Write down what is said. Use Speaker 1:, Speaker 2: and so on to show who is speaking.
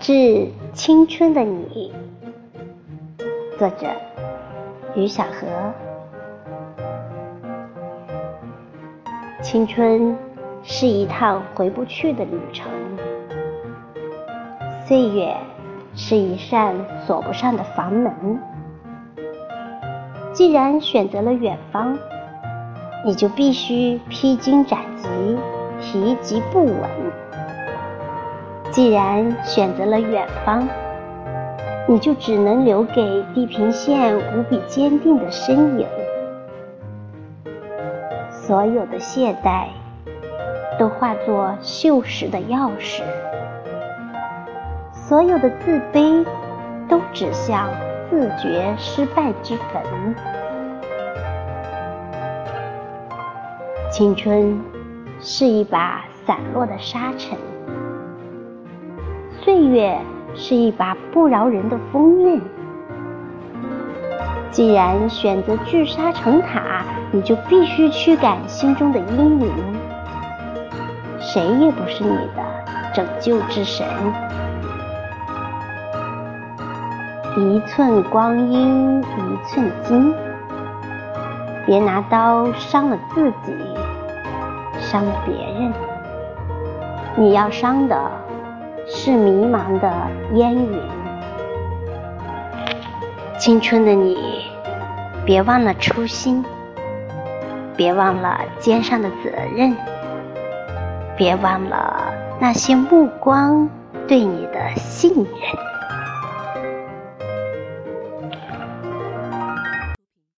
Speaker 1: 致青春的你，作者于小河。青春是一趟回不去的旅程，岁月是一扇锁不上的房门。既然选择了远方，你就必须披荆斩棘，提及不稳。既然选择了远方，你就只能留给地平线无比坚定的身影。所有的懈怠都化作锈蚀的钥匙，所有的自卑都指向自觉失败之坟。青春是一把散落的沙尘，岁月是一把不饶人的锋刃。既然选择聚沙成塔，你就必须驱赶心中的阴云。谁也不是你的拯救之神。一寸光阴一寸金，别拿刀伤了自己，伤了别人。你要伤的是迷茫的烟云。青春的你，别忘了初心，别忘了肩上的责任，别忘了那些目光对你的信任。